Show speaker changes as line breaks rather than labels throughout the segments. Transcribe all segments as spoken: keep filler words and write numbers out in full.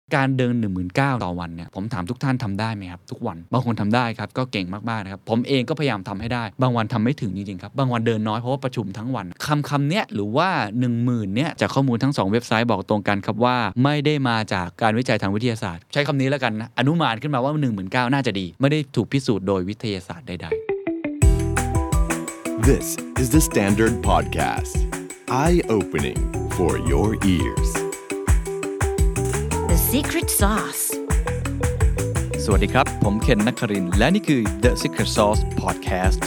การเดิน หนึ่งหมื่นเก้าพัน ต่อวันเนี่ยผมถามทุกท่านทำได้ไหมครับทุกวันบางคนทำได้ครับก็เก่งมากๆนะครับผมเองก็พยายามทำให้ได้บางวันทำไม่ถึงจริงๆครับบางวันเดินน้อยเพราะว่าประชุมทั้งวันคำคำเนี้ยหรือว่า หนึ่งหมื่น เนี่ยจากข้อมูลทั้งสองเว็บไซต์บอกตรงกันครับว่าไม่ได้มาจากการวิจัยทางวิทยาศาสตร์ใช้คำนี้แล้วกันนะอนุมานขึ้นมาว่า หนึ่งหมื่นเก้าพัน น่าจะดีไม่ได้ถูกพิสูจน์โดยวิทยาศาสตร์ใดๆ
This is the Standard Podcast Eye-opening for your ears
The Secret Sauce
สวัสดีครับผมเคนนักครินทร์และนี่คือ The Secret Sauce Podcast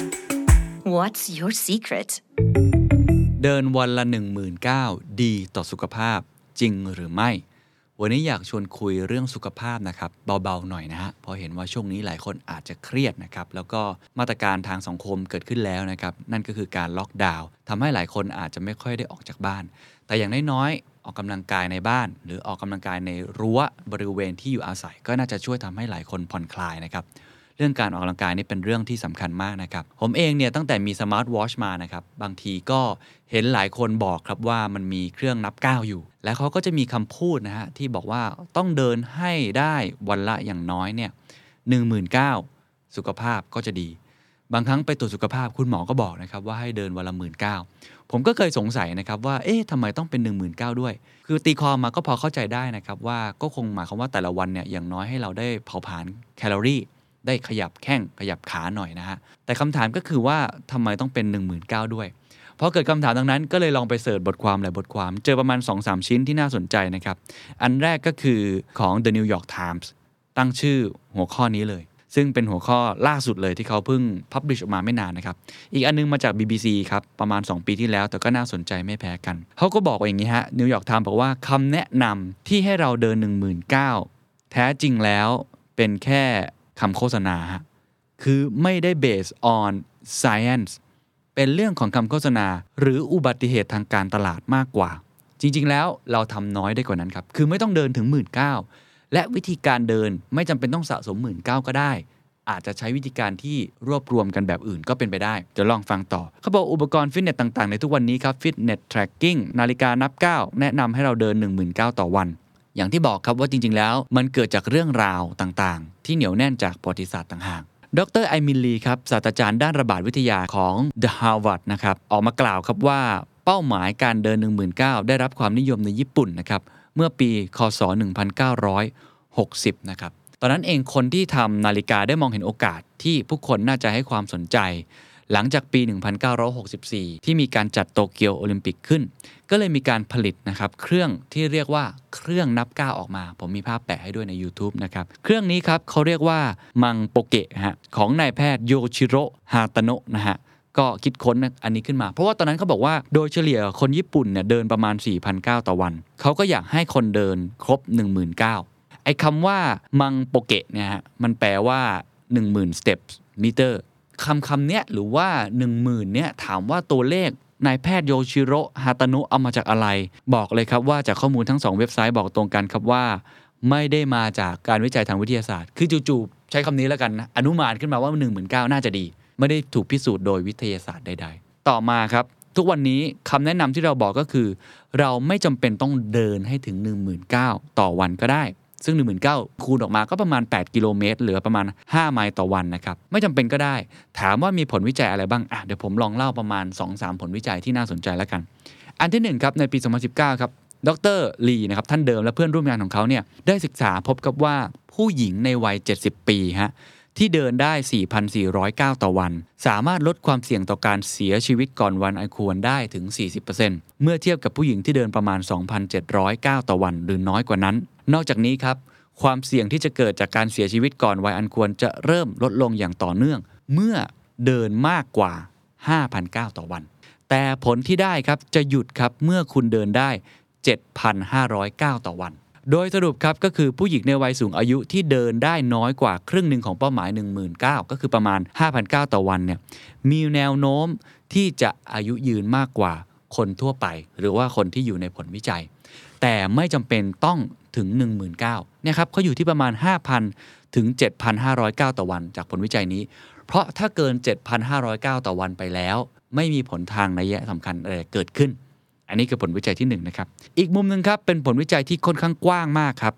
What's your secret
เดินวันละ หนึ่งหมื่นเก้าพัน ดีต่อสุขภาพจริงหรือไม่วันนี้อยากชวนคุยเรื่องสุขภาพนะครับเบาๆหน่อยนะฮะเพราะเห็นว่าช่วงนี้หลายคนอาจจะเครียดนะครับแล้วก็มาตรการทางสังคมเกิดขึ้นแล้วนะครับนั่นก็คือการล็อกดาวน์ทำให้หลายคนอาจจะไม่ค่อยได้ออกจากบ้านแต่อย่างน้อยๆออกกำลังกายในบ้านหรือออกกำลังกายในรั้วบริเวณที่อยู่อาศัยก็น่าจะช่วยทำให้หลายคนผ่อนคลายนะครับเรื่องการออกกำลังกายนี่เป็นเรื่องที่สำคัญมากนะครับผมเองเนี่ยตั้งแต่มีสมาร์ทวอชมานะครับบางทีก็เห็นหลายคนบอกครับว่ามันมีเครื่องนับก้าวอยู่และเขาก็จะมีคำพูดนะฮะที่บอกว่าต้องเดินให้ได้วันละอย่างน้อยเนี่ย หนึ่งหมื่นเก้าพัน สุขภาพก็จะดีบางครั้งไปตรวจสุขภาพคุณหมอก็บอกนะครับว่าให้เดินวันละ หนึ่งหมื่นเก้าพัน ผมก็เคยสงสัยนะครับว่าเอ๊ะทำไมต้องเป็น หนึ่งหมื่นเก้าพัน ด้วยคือตีความมาก็พอเข้าใจได้นะครับว่าก็คงหมายความว่าแต่ละวันเนี่ยอย่างน้อยให้เราได้เผาผลาญแคลอรี่ได้ขยับแข้งขยับขาหน่อยนะฮะแต่คำถามก็คือว่าทำไมต้องเป็น หนึ่งหมื่นเก้าพัน ด้วยพอเกิดคำถามดังนั้นก็เลยลองไปเสิร์ชบทความหลายบทความเจอประมาณ สองสาม ชิ้นที่น่าสนใจนะครับอันแรกก็คือของ The New York Times ตั้งชื่อหัวข้อนี้เลยซึ่งเป็นหัวข้อล่าสุดเลยที่เขาเพิ่ง publish ออกมาไม่นานนะครับอีกอันนึงมาจาก บี บี ซี ครับประมาณสองปีที่แล้วแต่ก็น่าสนใจไม่แพ้กันเขาก็บอกว่าอย่างนี้ฮะ New York Times บอกว่าคำแนะนำที่ให้เราเดิน หนึ่งหมื่นเก้าพัน แท้จริงแล้วเป็นแค่คำโฆษณาฮะคือไม่ได้ based on science เป็นเรื่องของคำโฆษณาหรืออุบัติเหตุทางการตลาดมากกว่าจริงๆแล้วเราทำน้อยได้กว่านั้นครับคือไม่ต้องเดินถึง หนึ่งหมื่นเก้าพัน และวิธีการเดินไม่จำเป็นต้องสะสม หนึ่งหมื่นเก้าพัน ก็ได้อาจจะใช้วิธีการที่รวบรวมกันแบบอื่นก็เป็นไปได้จะลองฟังต่อเขาบอกอุปกรณ์ฟิตเนสต่างๆในทุกวันนี้ครับฟิตเนส tracking นาฬิกานับก้าวแนะนำให้เราเดิน หนึ่งหมื่นเก้าพัน ต่อวันอย่างที่บอกครับว่าจริงๆแล้วมันเกิดจากเรื่องราวต่างๆที่เหนียวแน่นจากประวัติศาสตร์ต่างหากดรไอมินลีครับศาสตราจารย์ด้านระบาดวิทยาของ The Harvard นะครับออกมากล่าวครับว่าเป้าหมายการเดิน หนึ่งหมื่นเก้าพัน ได้รับความนิยมในญี่ปุ่นนะครับเมื่อปีค.ศ. หนึ่งพันเก้าร้อยหกสิบนะครับตอนนั้นเองคนที่ทำนาฬิกาได้มองเห็นโอกาสที่ผู้คนน่าจะให้ความสนใจหลังจากปีหนึ่งพันเก้าร้อยหกสิบสี่ที่มีการจัดโตเกียวโอลิมปิกขึ้นก็เลยมีการผลิตนะครับเครื่องที่เรียกว่าเครื่องนับก้าวออกมาผมมีภาพแปะให้ด้วยใน YouTube นะครับเครื่องนี้ครับเขาเรียกว่ามังโปเกะฮะของนายแพทย์โยชิโร่ฮาตาโนะนะฮะก็คิดค้นอันนี้ขึ้นมาเพราะว่าตอนนั้นเขาบอกว่าโดยเฉลี่ยคนญี่ปุ่นเนี่ยเดินประมาณ สี่พันเก้าร้อย ต่อวันเขาก็อยากให้คนเดินครบ หนึ่งหมื่นเก้าพัน ไอ้คำว่ามังโปเกะเนี่ยฮะมันแปลว่า หนึ่งหมื่น steps meter คำคำเนี้ยหรือว่า หนึ่งหมื่น เนี่ยถามว่าตัวเลขนายแพทย์โยชิโร่ฮาตาโนะเอามาจากอะไรบอกเลยครับว่าจากข้อมูลทั้งสองเว็บไซต์บอกตรงกันครับว่าไม่ได้มาจากการวิจัยทางวิทยาศาสตร์คือจู่ๆใช้คำนี้แล้วกันนะอนุมานขึ้นมาว่า หนึ่งหมื่นเก้าพัน น่าจะดีไม่ได้ถูกพิสูจน์โดยวิทยาศาสตร์ใดๆต่อมาครับทุกวันนี้คำแนะนำที่เราบอกก็คือเราไม่จำเป็นต้องเดินให้ถึง หนึ่งหมื่นเก้าพัน ต่อวันก็ได้ซึ่ง หนึ่งหมื่นเก้าพัน คูณออกมาก็ประมาณแปดกิโลเมตรเหลือประมาณห้าไมล์ต่อวันนะครับไม่จำเป็นก็ได้ถามว่ามีผลวิจัยอะไรบ้างอ่ะเดี๋ยวผมลองเล่าประมาณ สองสาม ผลวิจัยที่น่าสนใจแล้วกันอันที่หนึ่งครับในปีสองพันสิบเก้าครับดร.ลีนะครับท่านเดิมและเพื่อนร่วมงานของเขาเนี่ยได้ศึกษาพบกับว่าผู้หญิงในวัยเจ็ดสิบปีฮะที่เดินได้ สี่พันสี่ร้อยเก้า ต่อวันสามารถลดความเสี่ยงต่อการเสียชีวิตก่อนวันอันควรได้ถึง สี่สิบเปอร์เซ็นต์ เมื่อเทียบกับผู้หญิงที่เดินประมาณ สองพันเจ็ดร้อยเก้า ต่อวันหรือน้อยกว่านั้นนอกจากนี้ครับความเสี่ยงที่จะเกิดจากการเสียชีวิตก่อนวัยอันควรจะเริ่มลดลงอย่างต่อเนื่องเมื่อเดินมากกว่า ห้าพันเก้า ต่อวันแต่ผลที่ได้ครับจะหยุดครับเมื่อคุณเดินได้ เจ็ดพันห้าร้อยเก้า ต่อวันโดยสรุปครับก็คือผู้หญิงในวัยสูงอายุที่เดินได้น้อยกว่าครึ่งหนึ่งของเป้าหมาย หนึ่งหมื่นเก้าพัน ก็คือประมาณ ห้าพันเก้า ต่อวันเนี่ยมีแนวโน้มที่จะอายุยืนมากกว่าคนทั่วไปหรือว่าคนที่อยู่ในผลวิจัยแต่ไม่จำเป็นต้องถึง หนึ่งหมื่นเก้าพัน เนี่ยครับเขาอยู่ที่ประมาณ ห้าพัน ถึง เจ็ดพันห้าร้อยเก้า ต่อวันจากผลวิจัยนี้เพราะถ้าเกิน เจ็ดพันห้าร้อยเก้า ต่อวันไปแล้วไม่มีผลทางนัยสำคัญอะไรเกิดขึ้นอันนี้คือผลวิจัยที่หนึ่งนะครับอีกมุมนึงครับเป็นผลวิจัยที่ค่อนข้างกว้างมากครับ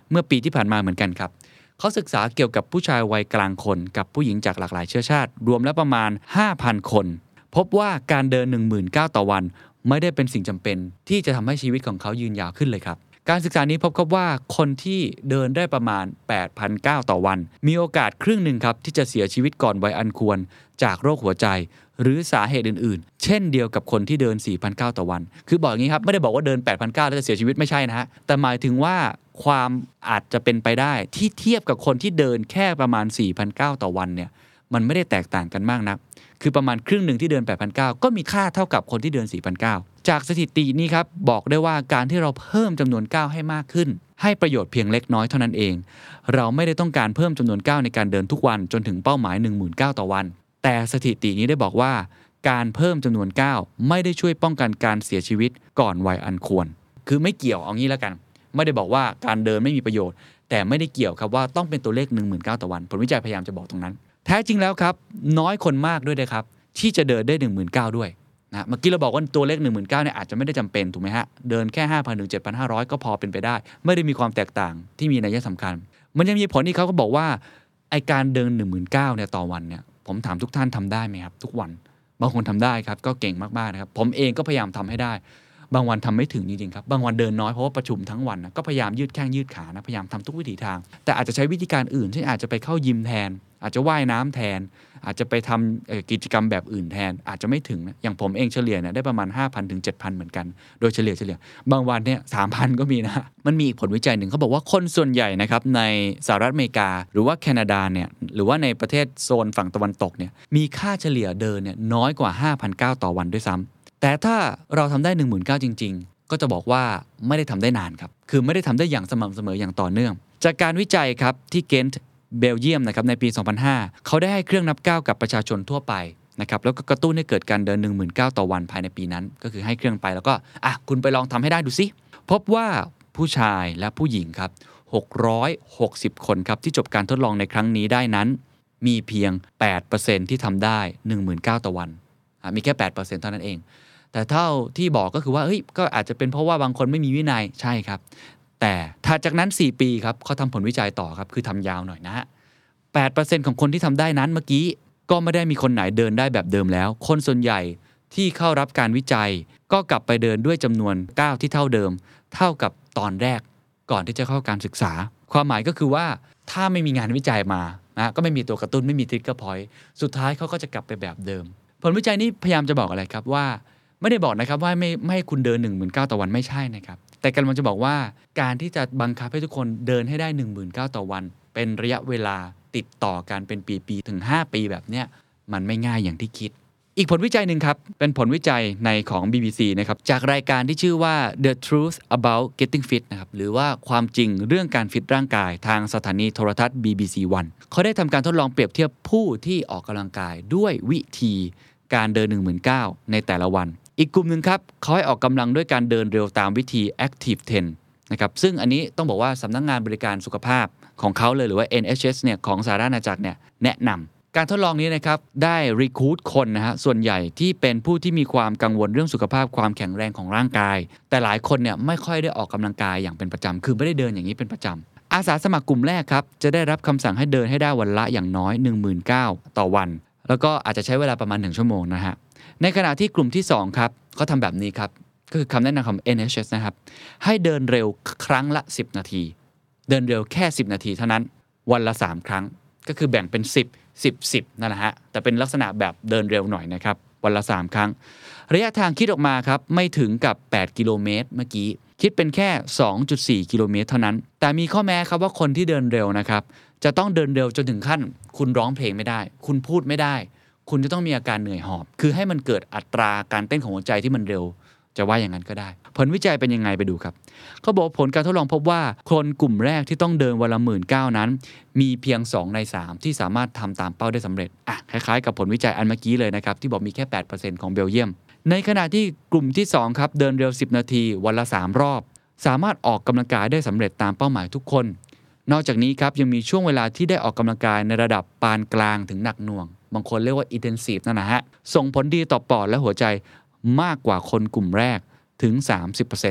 เมื่อปีที่ผ่านมาเหมือนกันครับเขาศึกษาเกี่ยวกับผู้ชายวัยกลางคนกับผู้หญิงจากหลากหลายเชื้อชาติรวมแล้วประมาณ ห้าพัน คนพบว่าการเดิน หนึ่งหมื่นเก้าพัน ต่อวันไม่ได้เป็นสิ่งจำเป็นที่จะทำให้ชีวิตของเขายืนยาวขึ้นเลยครับการศึกษานี้พบครับว่าคนที่เดินได้ประมาณ แปดพันเก้าร้อย ต่อวันมีโอกาสครึ่งหนึ่งครับที่จะเสียชีวิตก่อนวัยอันควรจากโรคหัวใจหรือสาเหตุอื่นๆเช่นเดียวกับคนที่เดิน สี่พันเก้าร้อย ต่อวันคือบอกอย่างนี้ครับไม่ได้บอกว่าเดิน แปดพันเก้าร้อย แล้วจะเสียชีวิตไม่ใช่นะฮะแต่หมายถึงว่าความอาจจะเป็นไปได้ที่เทียบกับคนที่เดินแค่ประมาณ สี่พันเก้าร้อย ต่อวันเนี่ยมันไม่ได้แตกต่างกันมากนักคือประมาณครึ่งหนึ่งที่เดิน แปดพันเก้าร้อย ก็มีค่าเท่ากับคนที่เดิน สี่พันเก้าร้อย จากสถิตินี้ครับบอกได้ว่าการที่เราเพิ่มจำนวนก้าวให้มากขึ้นให้ประโยชน์เพียงเล็กน้อยเท่านั้นเองเราไม่ได้ต้องการเพิ่มจำนวนก้าวในการเดินทุกวันจนถึงเป้าหมาย หนึ่งหมื่นเก้าพัน ต่อวันแต่สถิตินี้ได้บอกว่าการเพิ่มจำนวนก้าวไม่ได้ช่วยป้องกันการเสียชีวิตก่อนวัยอันควรคือไม่เกี่ยวเอางี้แล้วกันไม่ได้บอกว่าการเดินไม่มีประโยชน์แต่ไม่ได้เกี่ยวครับว่าต้องเป็นตัวเลข หนึ่งหมื่นเก้าพัน ต่อวันผลวิจัยพยายามจะบอกตรงนั้นแท้จริงแล้วครับน้อยคนมากด้วยนะครับที่จะเดินได้ หนึ่งหมื่นเก้าพัน ด้วยนะเมื่อกี้เราบอกว่าตัวเลข หนึ่งหมื่นเก้าพัน เนี่ยอาจจะไม่ได้จำเป็นถูกไหมฮะเดินแค่ ห้าพัน ถึง เจ็ดพันห้าร้อย ก็พอเป็นไปได้ไม่ได้มีความแตกต่างที่มีนัยสำคัญมันยังมีผลที่เขาก็บอกว่าไอการเดิน หนึ่งหมื่นเก้าพัน เนี่ยต่อวันเนี่ยผมถามทุกท่านทำได้ไหมครับทุกวันบางคนทำได้ครับก็เก่งมากๆนะครับผมเองก็พยายามทำให้ได้บางวันทำไม่ถึงจริงๆครับบางวันเดินน้อยเพราะว่าประชุมทั้งวันนะก็พยายามยืดแข้งยืดขานะพยายามทำทุกวิถีทางแต่อาจจะใช้วิธีการอื่นเช่นอาจจะไปเข้ายิมแทนอาจจะว่ายน้ำแทนอาจจะไปทำกิจกรรมแบบอื่นแทนอาจจะไม่ถึงนะอย่างผมเองเฉลี่ยเนี่ยได้ประมาณ ห้าพัน ถึง เจ็ดพัน เหมือนกันโดยเฉลี่ยเฉลี่ยบางวันเนี่ย สามพัน ก็มีนะมันมีอีกผลวิจัยหนึ่งเขาบอกว่าคนส่วนใหญ่นะครับในสหรัฐอเมริกาหรือว่าแคนาดาเนี่ยหรือว่าในประเทศโซนฝั่งตะวันตกเนี่ยมีค่าเฉลี่ยเดินเนี่ยน้อยกว่า ห้าพันเก้าร้อย ต่อวันด้วยซ้ำแต่ถ้าเราทำได้ หนึ่งหมื่นเก้าพัน จริงๆก็จะบอกว่าไม่ได้ทำได้นานครับคือไม่ได้ทำได้อย่างสม่ำเสมออย่างต่อเนื่องจากการวิจัยครับที่เกนต์เบลเยียมนะครับในปี สองพันห้า เขาได้ให้เครื่องนับก้าวกับประชาชนทั่วไปนะครับแล้วก็กระตุ้นให้เกิดการเดิน หนึ่งหมื่นเก้าพัน ต่อวันภายในปีนั้นก็คือให้เครื่องไปแล้วก็อ่ะคุณไปลองทำให้ได้ดูสิพบว่าผู้ชายและผู้หญิงครับหกร้อยหกสิบคนครับที่จบการทดลองในครั้งนี้ได้นั้นมีเพียง แปดเปอร์เซ็นต์ ที่ทำได้ หนึ่งหมื่นเก้าพัน ต่อวันอ่ะมีแค่ แปดเปอร์เซ็นต์ เท่านั้นเองแต่เท่าที่บอกก็คือว่าเฮ้ยก็อาจจะเป็นเพราะว่าบางคนไม่มีวินัยใช่ครับแต่ถัดจากนั้นสี่ปีครับเขาทำผลวิจัยต่อครับคือทำยาวหน่อยนะฮะแปดเปอร์เซ็นต์ ของคนที่ทำได้นั้นเมื่อกี้ก็ไม่ได้มีคนไหนเดินได้แบบเดิมแล้วคนส่วนใหญ่ที่เข้ารับการวิจัยก็กลับไปเดินด้วยจำนวนก้าวที่เท่าเดิมเท่ากับตอนแรกก่อนที่จะเข้าการศึกษาความหมายก็คือว่าถ้าไม่มีงานวิจัยมานะก็ไม่มีตัวกระตุ้นไม่มีทริกเกอร์พอยต์สุดท้ายเขาก็จะกลับไปแบบเดิมผลวิจัยนี้พยายามจะบอกอะไรครับว่าไม่ได้บอกนะครับว่าไม่ไม่ให้คุณเดิน หนึ่งหมื่นเก้าพัน ต่อวันไม่ใช่นะครับแต่กำลังจะบอกว่าการที่จะบังคับให้ทุกคนเดินให้ได้ หนึ่งหมื่นเก้าพัน ต่อวันเป็นระยะเวลาติดต่อกันเป็นปีๆถึงห้าปีแบบเนี้ยมันไม่ง่ายอย่างที่คิดอีกผลวิจัยหนึ่งครับเป็นผลวิจัยในของ บี บี ซี นะครับจากรายการที่ชื่อว่า The Truth About Getting Fit นะครับหรือว่าความจริงเรื่องการฟิตร่างกายทางสถานีโทรทัศน์ บี บี ซี วันเขาได้ทำการทดลองเปรียบเทียบผู้ที่ออกกำลังกายด้วยวิธีการเดิน หนึ่งหมื่นเก้าพัน ในแต่ละวันอีกกลุ่มหนึ่งครับเขาให้ออกกำลังด้วยการเดินเร็วตามวิธี Active สิบนะครับซึ่งอันนี้ต้องบอกว่าสำนักงานบริการสุขภาพของเขาเลยหรือว่า เอ็น เอช เอส เนี่ยของสหราชอาณาจักรเนี่ยแนะนำการทดลองนี้นะครับได้รีครูทคนนะฮะส่วนใหญ่ที่เป็นผู้ที่มีความกังวลเรื่องสุขภาพความแข็งแรงของร่างกายแต่หลายคนเนี่ยไม่ค่อยได้ออกกำลังกายอย่างเป็นประจำคือไม่ได้เดินอย่างนี้เป็นประจำอาสาสมัครกลุ่มแรกครับจะได้รับคำสั่งให้เดินให้ได้วันละอย่างน้อย หนึ่งหมื่นเก้าพัน ต่อวันแล้วก็อาจจะใช้เวลาประมาณหนึ่งชั่วโมงนะฮะในขณะที่กลุ่มที่สองครับเขาทำแบบนี้ครับก็คือคำแนะนำของ เอ็น เอช เอส นะครับให้เดินเร็วครั้งละสิบนาทีเดินเร็วแค่สิบนาทีเท่านั้นวันละสามครั้งก็คือแบ่งเป็นสิบ สิบ สิบนั่นแหละฮะแต่เป็นลักษณะแบบเดินเร็วหน่อยนะครับวันละสามครั้งระยะทางคิดออกมาครับไม่ถึงกับแปดกิโลเมตรเมื่อกี้คิดเป็นแค่ สองจุดสี่ กิโลเมตรเท่านั้นแต่มีข้อแม้ครับว่าคนที่เดินเร็วนะครับจะต้องเดินเร็วจนถึงขั้นคุณร้องเพลงไม่ได้คุณพูดไม่ได้คุณจะต้องมีอาการเหนื่อยหอบคือให้มันเกิดอัตราการเต้นของหัวใจที่มันเร็วจะว่าอย่างนั้นก็ได้ผลวิจัยเป็นยังไงไปดูครับเขาบอกผลการทดลองพบว่าคนกลุ่มแรกที่ต้องเดินวันละ หนึ่งหมื่นเก้าพัน นั้นมีเพียงสองในสามที่สามารถทำตามเป้าได้สำเร็จอ่ะคล้ายๆกับผลวิจัยอันเมื่อกี้เลยนะครับที่บอกมีแค่ แปดเปอร์เซ็นต์ ของเบลเยียมในขณะที่กลุ่มที่สองครับเดินเร็วสิบนาทีวันละสามรอบสามารถออกกำลังกายได้สำเร็จตามเป้าหมายทุกคนนอกจากนี้ครับยังมีช่วงเวลาที่ได้ออกกำลังกายในระดับปานกลางถึงหนักหน่วงบางคนเรียกว่า intensive นั่นนะฮะส่งผลดีต่อปอดและหัวใจมากกว่าคนกลุ่มแรกถึง สามสิบเปอร์เซ็นต์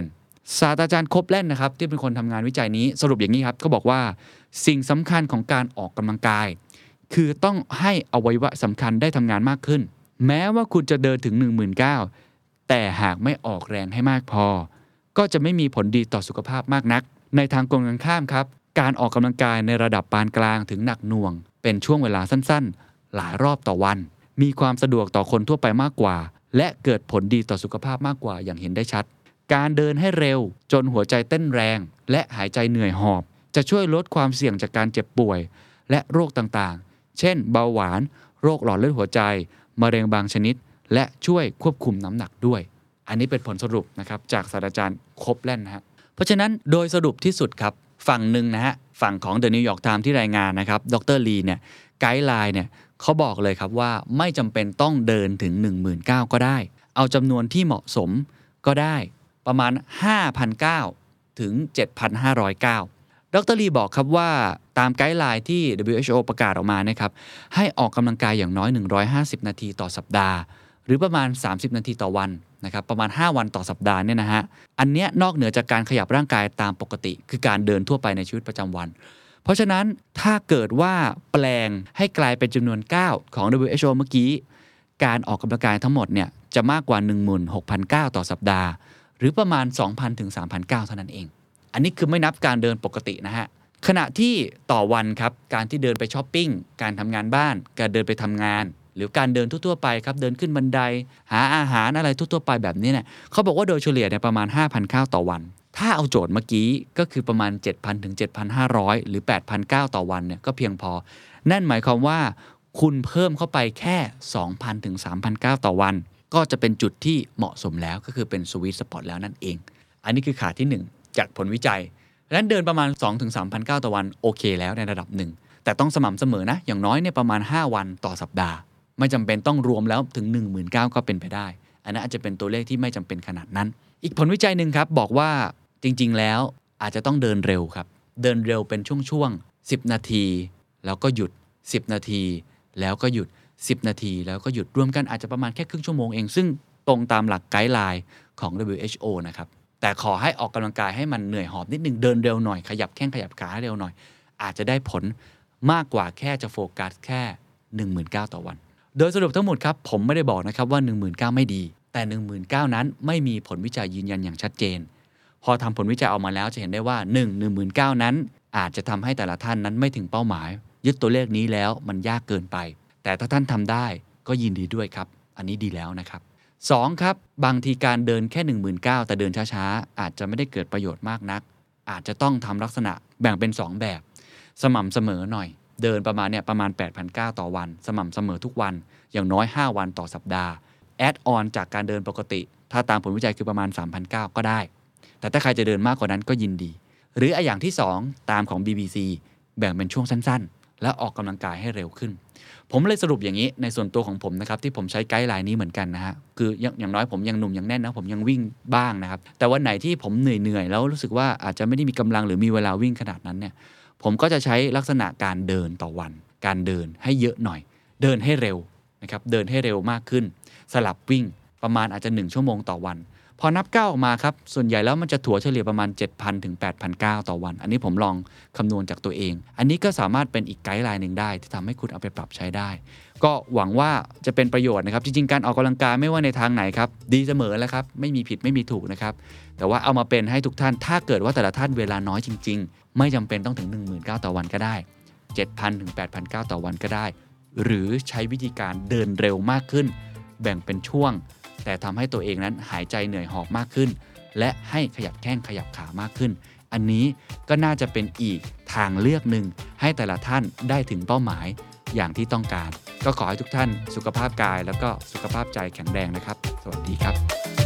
ศาสตราจารย์คบแล่นนะครับที่เป็นคนทำงานวิจัยนี้สรุปอย่างนี้ครับเขาบอกว่าสิ่งสำคัญของการออกกำลังกายคือต้องให้อวัยวะสำคัญได้ทำงานมากขึ้นแม้ว่าคุณจะเดินถึง หนึ่งหมื่นเก้าพัน แต่หากไม่ออกแรงให้มากพอก็จะไม่มีผลดีต่อสุขภาพมากนักในทางตรงกันข้ามครับการออกกำลังกายในระดับปานกลางถึงหนักหน่วงเป็นช่วงเวลาสั้นๆหลายรอบต่อวันมีความสะดวกต่อคนทั่วไปมากกว่าและเกิดผลดีต่อสุขภาพมากกว่าอย่างเห็นได้ชัดการเดินให้เร็วจนหัวใจเต้นแรงและหายใจเหนื่อยหอบจะช่วยลดความเสี่ยงจากการเจ็บป่วยและโรคต่างๆเช่นเบาหวานโรคหลอดเลือดหัวใจมะเร็งบางชนิดและช่วยควบคุมน้ำหนักด้วยอันนี้เป็นผลสรุปนะครับจากศาสตราจารย์คบแล่นนะฮะเพราะฉะนั้นโดยสรุปที่สุดครับฝั่งหนึ่งนะฮะฝั่งของ The New York Times ที่รายงานนะครับดร.ลีเนี่ยไกด์ไลน์เนี่ยเขาบอกเลยครับว่าไม่จำเป็นต้องเดินถึง หนึ่งหมื่นเก้าพัน ก็ได้เอาจำนวนที่เหมาะสมก็ได้ประมาณ ห้าพันเก้าร้อย ถึง เจ็ดพันห้าร้อยเก้า ดร.ลีบอกครับว่าตามไกด์ไลน์ที่ ดับเบิลยู เอช โอ ประกาศออกมานะครับให้ออกกำลังกายอย่างน้อยหนึ่งร้อยห้าสิบนาทีต่อสัปดาห์หรือประมาณสามสิบนาทีต่อวันนะครับประมาณห้าวันต่อสัปดาห์เนี่ยนะฮะอันเนี้ยนอกเหนือจากการขยับร่างกายตามปกติคือการเดินทั่วไปในชีวิตประจำวันเพราะฉะนั้นถ้าเกิดว่าแปลงให้กลายเป็นจำนวนเก้าของ ดับเบิลยู เอช โอ เมื่อกี้การออกกำลังกายทั้งหมดเนี่ยจะมากกว่า หนึ่งหมื่นหกพันเก้าร้อย ต่อสัปดาห์หรือประมาณ สองพัน ถึง สามพันเก้าร้อย เท่านั้นเองอันนี้คือไม่นับการเดินปกตินะฮะขณะที่ต่อวันครับการที่เดินไปช้อปปิ้งการทำงานบ้านการเดินไปทำงานหรือการเดินทั่วๆไปครับเดินขึ้นบันไดหาอาหารอะไรทั่วๆไปแบบนี้เนี่ยเขาบอกว่าโดยเฉลี่ยเนี่ยประมาณ ห้าพันเก้าร้อย ต่อวันถ้าเอาโจทย์เมื่อกี้ก็คือประมาณ เจ็ดพัน ถึง เจ็ดพันห้าร้อย หรือ แปดพันเก้าร้อย ต่อวันเนี่ยก็เพียงพอนั่นหมายความว่าคุณเพิ่มเข้าไปแค่ สองพัน ถึง สามพันเก้าร้อย ต่อวันก็จะเป็นจุดที่เหมาะสมแล้วก็คือเป็นสวีทสปอตแล้วนั่นเองอันนี้คือขาที่หนึ่งจากผลวิจัยดังนั้นเดินประมาณ สองถึงสามพันเก้าร้อย ต่อวันโอเคแล้วในระดับหนึ่งแต่ต้องสม่ำเสมอนะอย่างน้อยเนี่ยประมาณห้าวันต่อสัปดาห์ไม่จำเป็นต้องรวมแล้วถึง หนึ่งหมื่นเก้าพัน ก็เป็นไปได้อันนั้นอาจจะเป็นตัวเลขที่ไม่จำเป็นขนาดนั้นอีกผลวิจัยหนึ่งครับบอกว่าจริงๆแล้วอาจจะต้องเดินเร็วครับเดินเร็วเป็นช่วงๆสิบนาทีแล้วก็หยุดสิบนาทีแล้วก็หยุดสิบนาทีแล้วก็หยุดรวมกันอาจจะประมาณแค่ครึ่งชั่วโมงเองซึ่งตรงตามหลักไกด์ไลน์ของ ดับเบิลยู เอช โอ นะครับแต่ขอให้ออกกำลังกายให้มันเหนื่อยหอบนิดนึงเดินเร็วหน่อยขยับแข้งขยับขาให้เร็วหน่อยอาจจะได้ผลมากกว่าแค่จะโฟกัสแค่ หนึ่งหมื่นเก้าพัน ต่อวันโดยสรุปทั้งหมดครับผมไม่ได้บอกนะครับว่า หนึ่งหมื่นเก้าพัน ไม่ดีแต่ หนึ่งหมื่นเก้าพัน นั้นไม่มีผลวิจัยยืนยันอย่างชัดเจนพอทำผลวิจัยออกมาแล้วจะเห็นได้ว่าหนึ่ง หนึ่งหมื่นเก้าพัน นั้นอาจจะทำให้แต่ละท่านนั้นไม่ถึงเป้าหมายยึดตัวเลขนี้แล้วมันยากเกินไปแต่ถ้าท่านทำได้ก็ยินดีด้วยครับอันนี้ดีแล้วนะครับสองครับบางทีการเดินแค่ หนึ่งหมื่นเก้าพัน แต่เดินช้าๆอาจจะไม่ได้เกิดประโยชน์มากนักอาจจะต้องทำลักษณะแบ่งเป็นสองแบบสม่ำเสมอหน่อยเดินประมาณเนี่ยประมาณ แปดพันเก้าร้อย ต่อวันสม่ำเสมอทุกวันอย่างน้อยห้าวันต่อสัปดาห์แอดออนจากการเดินปกติถ้าตามผลวิจัยคือประมาณ สามพันเก้าร้อย ก็ได้แต่ถ้าใครจะเดินมากกว่านั้นก็ยินดีหรืออย่างที่สองตามของ บี บี ซี แบ่งเป็นช่วงสั้นๆแล้วออกกำลังกายให้เร็วขึ้นผมเลยสรุปอย่างนี้ในส่วนตัวของผมนะครับที่ผมใช้ไกด์ไลน์นี้เหมือนกันนะฮะคืออย่างน้อยผมยังหนุ่มยังแน่นนะผมยังวิ่งบ้างนะครับแต่วันไหนที่ผมเหนื่อยๆแล้วรู้สึกว่าอาจจะไม่ได้มีกำลังหรือมีเวลาวิ่งขนาดนั้นเนี่ยผมก็จะใช้ลักษณะการเดินต่อวันการเดินให้เยอะหน่อยเดินให้เร็วนะครับเดินให้เร็วมากขึ้นสลับวิ่งประมาณอาจจะหนึ่งชั่วโมงต่อวันพอนับก้าวออกมาครับส่วนใหญ่แล้วมันจะถัวเฉลี่ยประมาณ เจ็ดพัน ถึง แปดพันเก้าร้อย ต่อวันอันนี้ผมลองคำนวณจากตัวเองอันนี้ก็สามารถเป็นอีกไกด์ไลน์หนึ่งได้ที่ทำให้คุณเอาไปปรับใช้ได้ก็หวังว่าจะเป็นประโยชน์นะครับจริงๆการออกกำลังกายไม่ว่าในทางไหนครับดีเสมอแล้วครับไม่มีผิดไม่มีถูกนะครับแต่ว่าเอามาเป็นให้ทุกท่านถ้าเกิดว่าแต่ละท่านเวลาน้อยจริงๆไม่จำเป็นต้องถึง หนึ่งหมื่นเก้าพัน ต่อวันก็ได้ เจ็ดพัน ถึง แปดพันเก้าร้อย ต่อวันก็ได้หรือใช้วิธีการเดินเร็วมากขึ้นแบ่งเป็นช่วงแต่ทำให้ตัวเองนั้นหายใจเหนื่อยหอบมากขึ้นและให้ขยับแข้งขยับขามากขึ้นอันนี้ก็น่าจะเป็นอีกทางเลือกหนึ่งให้แต่ละท่านได้ถึงเป้าหมายอย่างที่ต้องการก็ขอให้ทุกท่านสุขภาพกายแล้วก็สุขภาพใจแข็งแรงนะครับสวัสดีครับ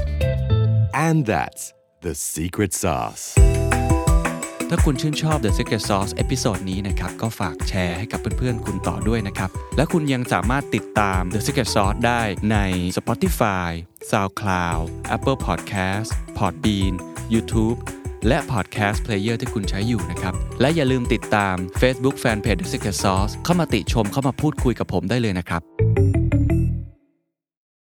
And that's the secret sauce
ถ้าคุณชื่นชอบ The Secret Sauce เอพิโซดนี้นะครับก็ฝากแชร์ให้กับเพื่อนๆคุณต่อด้วยนะครับและคุณยังสามารถติดตาม The Secret Sauce ได้ใน Spotify, SoundCloud, Apple Podcast, Podbean, YouTube และ Podcast Player ที่คุณใช้อยู่นะครับและอย่าลืมติดตาม Facebook Fanpage The Secret Sauce เข้ามาติชมเข้ามาพูดคุยกับผมได้เลยนะครับ